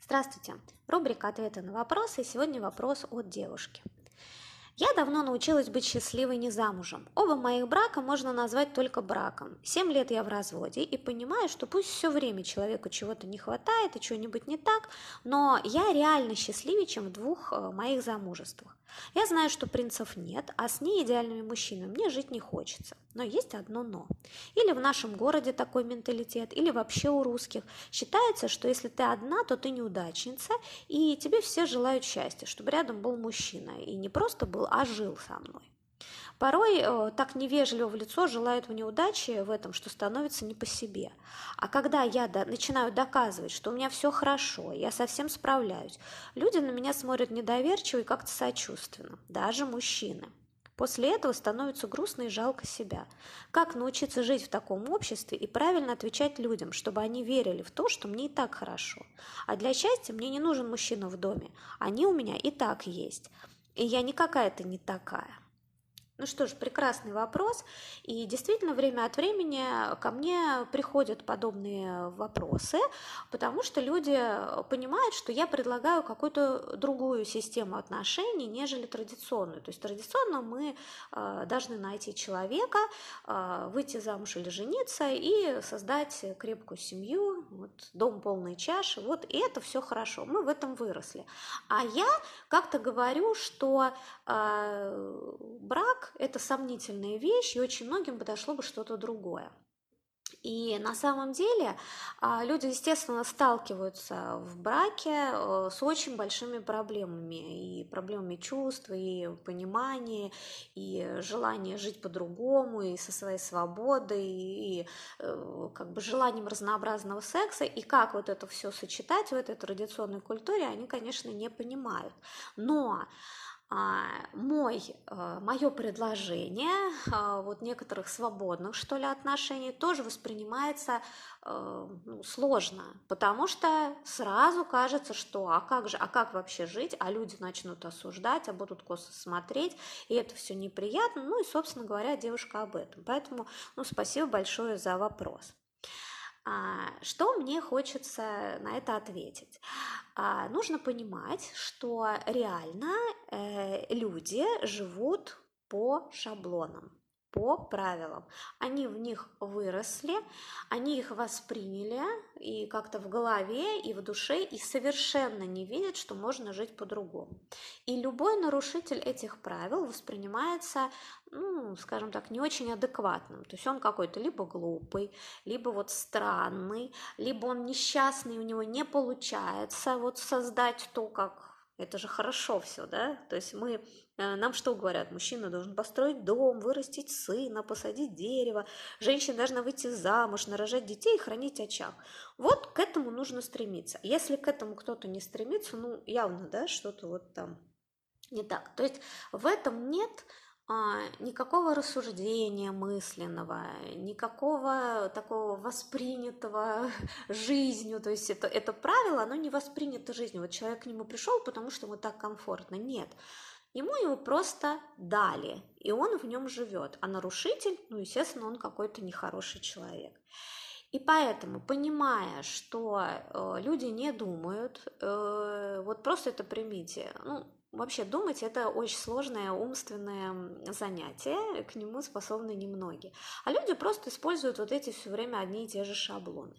Здравствуйте! Рубрика «Ответы на вопросы». И сегодня вопрос от девушки. Я давно научилась быть счастливой не замужем. Оба моих брака можно назвать только браком. 7 лет я в разводе и понимаю, что пусть все время человеку чего-то не хватает и чего-нибудь не так, но я реально счастливее, чем в двух моих замужествах. Я знаю, что принцев нет, а с неидеальными мужчинами мне жить не хочется. Но есть одно «но». Или в нашем городе такой менталитет, или вообще у русских. Считается, что если ты одна, то ты неудачница, и тебе все желают счастья, чтобы рядом был мужчина, и не просто был, а жил со мной. Порой так невежливо в лицо желают мне удачи в этом, что становится не по себе. А когда я начинаю доказывать, что у меня все хорошо, я совсем справляюсь, люди на меня смотрят недоверчиво и как-то сочувственно, даже мужчины. После этого становится грустно и жалко себя. Как научиться жить в таком обществе и правильно отвечать людям, чтобы они верили в то, что мне и так хорошо? А для счастья мне не нужен мужчина в доме, они у меня и так есть. И я не какая-то не такая. Ну что ж, прекрасный вопрос. И действительно, время от времени ко мне приходят подобные вопросы, потому что люди понимают, что я предлагаю какую-то другую систему отношений, нежели традиционную. То есть традиционно мы должны найти человека, выйти замуж или жениться и создать крепкую семью, вот, дом полной чаши. Вот, и это все хорошо. Мы в этом выросли. А я как-то говорю, что брак – это сомнительная вещь, и очень многим подошло бы что-то другое. И на самом деле люди, естественно, сталкиваются в браке с очень большими проблемами. И проблемами чувств, и понимания, и желания жить по-другому, и со своей свободой, и как бы желанием разнообразного секса. И как вот это все сочетать в этой традиционной культуре, они, конечно, не понимают. Но мое предложение вот некоторых свободных, что ли, отношений тоже воспринимается сложно, потому что сразу кажется, что а как вообще жить, а люди начнут осуждать, а будут косо смотреть, и это все неприятно, ну и, собственно говоря, девушка об этом. Поэтому, спасибо большое за вопрос. Что мне хочется на это ответить? Нужно понимать, что реально люди живут по шаблонам, по правилам. Они в них выросли, они их восприняли и как-то в голове, и в душе, и совершенно не видят, что можно жить по-другому. И любой нарушитель этих правил воспринимается, скажем так, не очень адекватным. То есть он какой-то либо глупый, либо вот странный, либо он несчастный, у него не получается вот создать то, как это же хорошо все, да? То есть нам что говорят? Мужчина должен построить дом, вырастить сына, посадить дерево. Женщина должна выйти замуж, нарожать детей и хранить очаг. Вот к этому нужно стремиться. Если к этому кто-то не стремится, явно, да, что-то вот там не так. То есть в этом нет никакого рассуждения мысленного, никакого такого воспринятого жизнью, то есть это правило, оно не воспринято жизнью. Вот человек к нему пришел, потому что ему так комфортно. Нет, ему его просто дали, и он в нем живет. А нарушитель, естественно, он какой-то нехороший человек. И поэтому, понимая, что люди не думают, вот просто это примите. Вообще думать – это очень сложное умственное занятие, к нему способны немногие. А люди просто используют вот эти все время одни и те же шаблоны.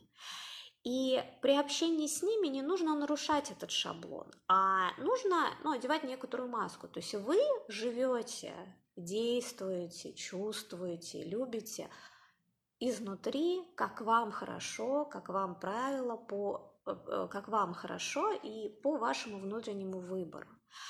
И при общении с ними не нужно нарушать этот шаблон, а нужно одевать некоторую маску. То есть вы живете, действуете, чувствуете, любите изнутри, как вам хорошо, как вам правило, как вам хорошо и по вашему внутреннему выбору.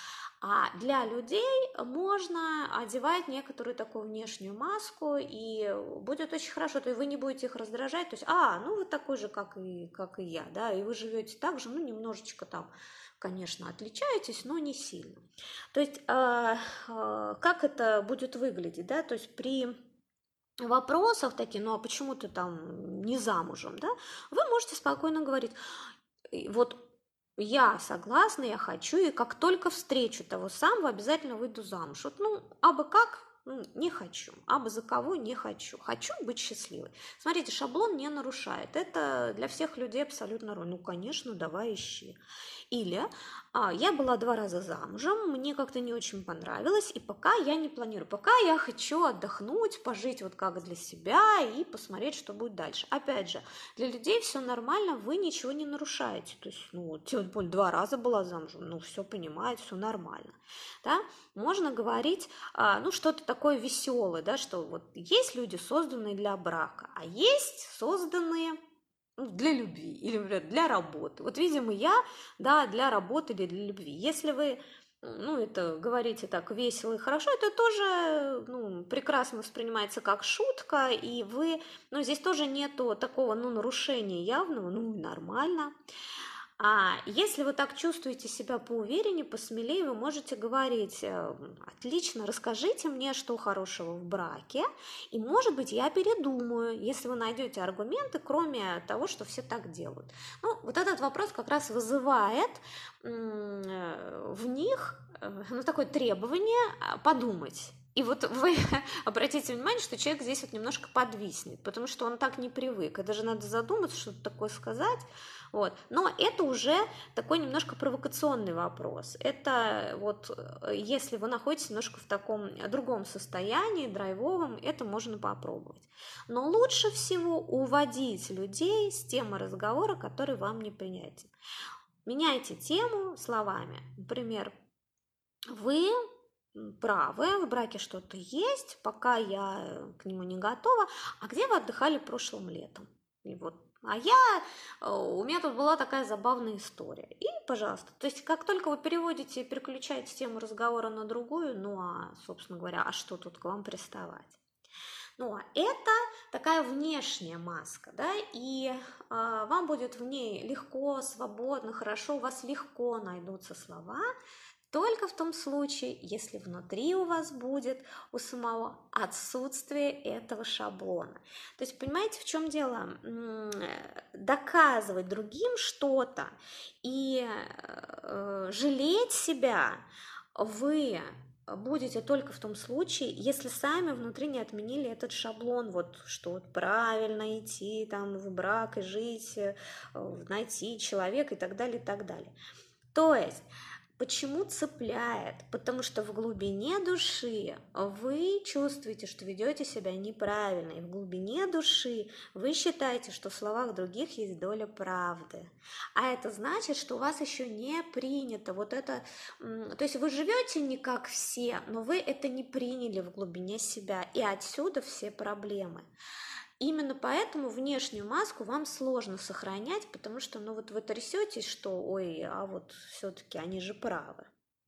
А для людей можно одевать некоторую такую внешнюю маску, и будет очень хорошо, то есть вы не будете их раздражать, то есть, вы такой же, как и я, да, и вы живете так же, немножечко там, конечно, отличаетесь, но не сильно. То есть, как это будет выглядеть, да, то есть при вопросах такие, а почему ты там не замужем, да, вы можете спокойно говорить, вот я согласна, я хочу, и как только встречу того самого, обязательно выйду замуж. Вот, абы как, Не хочу. Абы за кого не хочу. Хочу быть счастливой. Смотрите, шаблон не нарушает. Это для всех людей абсолютно нормально. Конечно, давай ищи. Или я была 2 раза замужем, мне как-то не очень понравилось, и пока я не планирую, пока я хочу отдохнуть, пожить вот как для себя и посмотреть, что будет дальше. Опять же, для людей все нормально, вы ничего не нарушаете. То есть, тем более 2 раза была замужем, все понимает, все нормально. Да? Можно говорить, что-то такое веселое, да, что вот есть люди, созданные для брака, а есть созданные для любви или, например, для работы. Вот, видимо, я, да, для работы или для любви. Если вы, это говорите так весело и хорошо, это тоже, прекрасно воспринимается как шутка, и вы, здесь тоже нету такого, нарушения явного, нормально. А если вы так чувствуете себя поувереннее, посмелее, вы можете говорить: отлично, расскажите мне, что хорошего в браке, и, может быть, я передумаю, если вы найдете аргументы, кроме того, что все так делают. Вот этот вопрос как раз вызывает в них такое требование подумать. И вот вы обратите внимание, что человек здесь вот немножко подвиснет, потому что он так не привык, и даже надо задуматься, что-то такое сказать. Вот. Но это уже такой немножко провокационный вопрос. Это вот если вы находитесь немножко в таком другом состоянии, драйвовом, это можно попробовать. Но лучше всего уводить людей с темы разговора, который вам неприятен. Меняйте тему словами. Например, вы правы, в браке что-то есть, пока я к нему не готова. А где вы отдыхали прошлым летом? И вот. У меня тут была такая забавная история. И, пожалуйста, то есть как только вы переключаете тему разговора на другую, собственно говоря, что тут к вам приставать? Это такая внешняя маска, да, и вам будет в ней легко, свободно, хорошо, у вас легко найдутся слова, только в том случае, если внутри у вас будет у самого отсутствие этого шаблона. То есть, понимаете, в чем дело? Доказывать другим что-то и жалеть себя вы будете только в том случае, если сами внутри не отменили этот шаблон, что правильно идти в брак и жить, найти человека и так далее, и так далее. То есть, почему цепляет? Потому что в глубине души вы чувствуете, что ведете себя неправильно, и в глубине души вы считаете, что в словах других есть доля правды. А это значит, что у вас еще не принято то есть вы живете не как все, но вы это не приняли в глубине себя, и отсюда все проблемы. Именно поэтому внешнюю маску вам сложно сохранять, потому что, вы трясетесь, что, все-таки они же правы.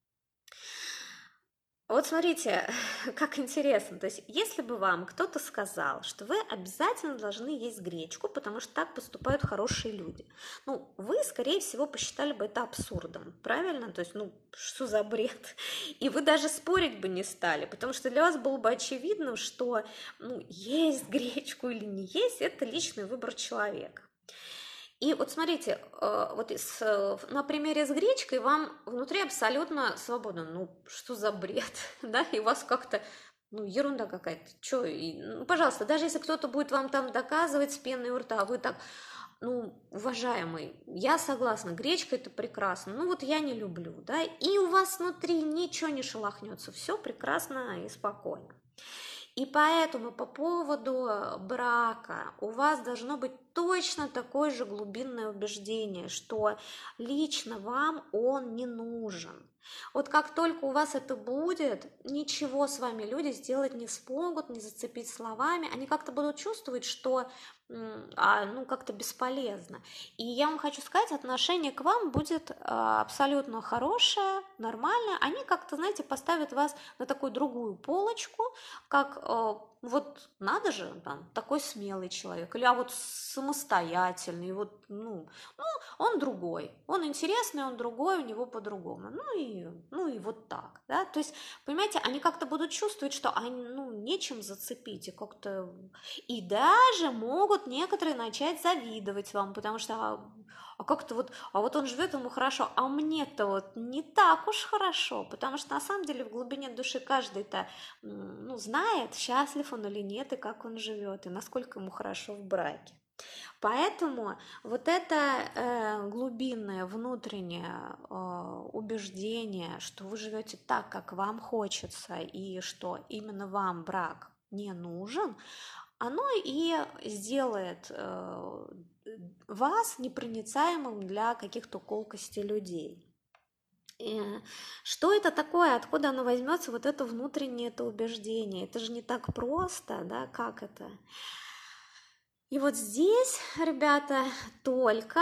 Вот смотрите, как интересно. То есть, если бы вам кто-то сказал, что вы обязательно должны есть гречку, потому что так поступают хорошие люди, вы, скорее всего, посчитали бы это абсурдом, правильно? То есть, что за бред? И вы даже спорить бы не стали, потому что для вас было бы очевидно, что, есть гречку или не есть, это личный выбор человека. И вот смотрите, на примере с гречкой вам внутри абсолютно свободно. Что за бред, да? И у вас как-то, ерунда какая-то. Чё? Пожалуйста, даже если кто-то будет вам там доказывать с пеной у рта, вы так, уважаемый, я согласна, гречка это прекрасно, я не люблю, да? И у вас внутри ничего не шелохнется, все прекрасно и спокойно. И поэтому по поводу брака у вас должно быть точно такое же глубинное убеждение, что лично вам он не нужен. Вот как только у вас это будет, ничего с вами люди сделать не смогут, не зацепить словами, они как-то будут чувствовать, что как-то бесполезно. И я вам хочу сказать, отношение к вам будет абсолютно хорошее, нормальное. Они как-то, знаете, поставят вас на такую другую полочку, как надо же, такой смелый человек, или самостоятельный, он другой, он интересный, он другой, у него по-другому, и вот так, да, то есть, понимаете, они как-то будут чувствовать, что нечем зацепить, и даже могут некоторые начать завидовать вам, потому что а как-то вот, а вот он живет, ему хорошо, а мне-то вот не так уж хорошо, потому что на самом деле в глубине души каждый-то, ну, знает, счастлив он или нет, и как он живет, и насколько ему хорошо в браке. Поэтому вот это глубинное внутреннее убеждение, что вы живете так, как вам хочется, и что именно вам брак не нужен, оно и сделает вас непроницаемым для каких-то колкостей людей. И что это такое, откуда оно возьмется, вот это внутреннее это убеждение? Это же не так просто, да, как это? И вот здесь, ребята, только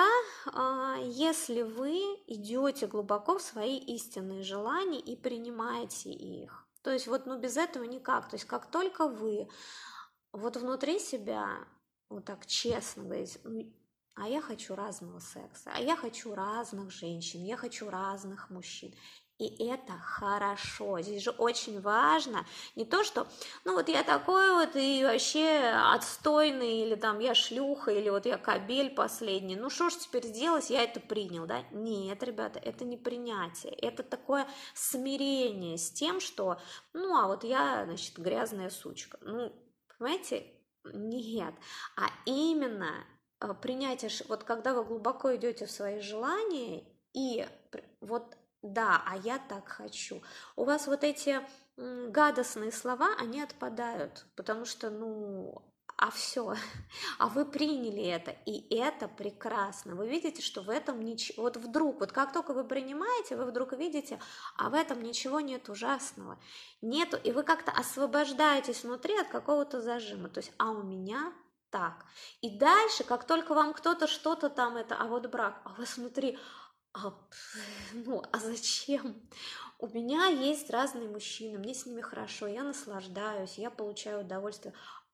если вы идете глубоко в свои истинные желания и принимаете их. То есть вот, ну, без этого никак. То есть как только вы вот внутри себя вот так честно говорите, ну, а я хочу разного секса, а я хочу разных женщин, я хочу разных мужчин. И это хорошо. Здесь же очень важно не то, что, ну вот я такой вот и вообще отстойный, или там я шлюха, или вот я кобель последний. Ну что ж теперь сделать, я это принял, да? Нет, ребята, это не принятие. Это такое смирение с тем, что, ну а вот я, значит, грязная сучка. Ну, понимаете? Нет. А именно принятие, вот когда вы глубоко идете в свои желания и вот да, а я так хочу. У вас вот эти гадостные слова, они отпадают, потому что, ну, а все, а вы приняли это, и это прекрасно. Вы видите, что в этом ничего, вот вдруг, вот как только вы принимаете, вы вдруг видите, а в этом ничего нет ужасного, нету, и вы как-то освобождаетесь внутри от какого-то зажима, то есть, а у меня так. И дальше, как только вам кто-то что-то там это, а вот брак, а у вас внутри, а, ну, а зачем? У меня есть разные мужчины, мне с ними хорошо, я наслаждаюсь, я получаю удовольствие.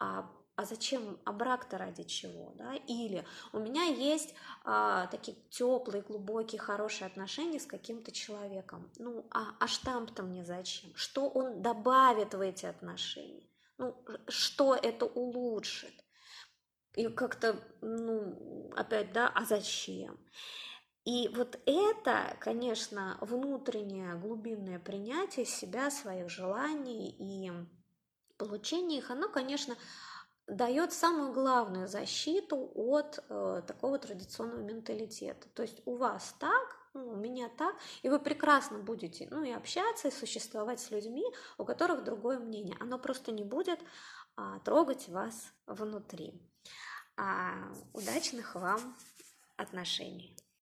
А зачем? А брак-то ради чего? Да? Или у меня есть такие теплые, глубокие, хорошие отношения с каким-то человеком. Ну, а штамп-то мне зачем? Что он добавит в эти отношения? Ну, что это улучшит? И как-то, ну, опять, да, а зачем? И вот это, конечно, внутреннее глубинное принятие себя, своих желаний и получение их, оно, конечно, дает самую главную защиту от такого традиционного менталитета. То есть у вас так, ну, у меня так, и вы прекрасно будете, ну, и общаться, и существовать с людьми, у которых другое мнение. Оно просто не будет трогать вас внутри. Удачных вам отношений!